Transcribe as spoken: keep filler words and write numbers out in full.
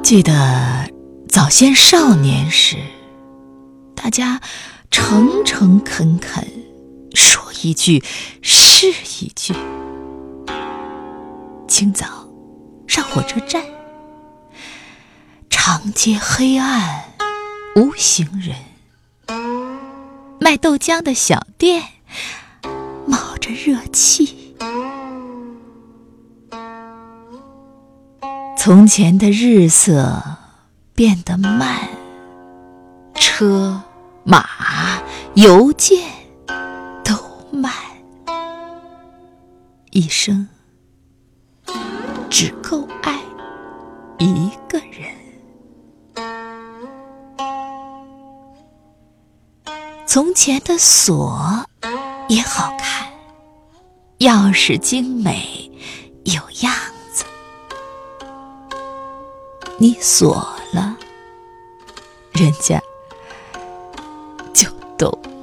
记得早先少年时，大家诚诚恳恳，说一句是一句。清早上火车站，长街黑暗无行人，卖豆浆的小店冒着热气。从前的日色变得慢，车马邮件都慢，一生只够爱一个人。从前的锁也好看，钥匙精美有样子，你锁了，人家就都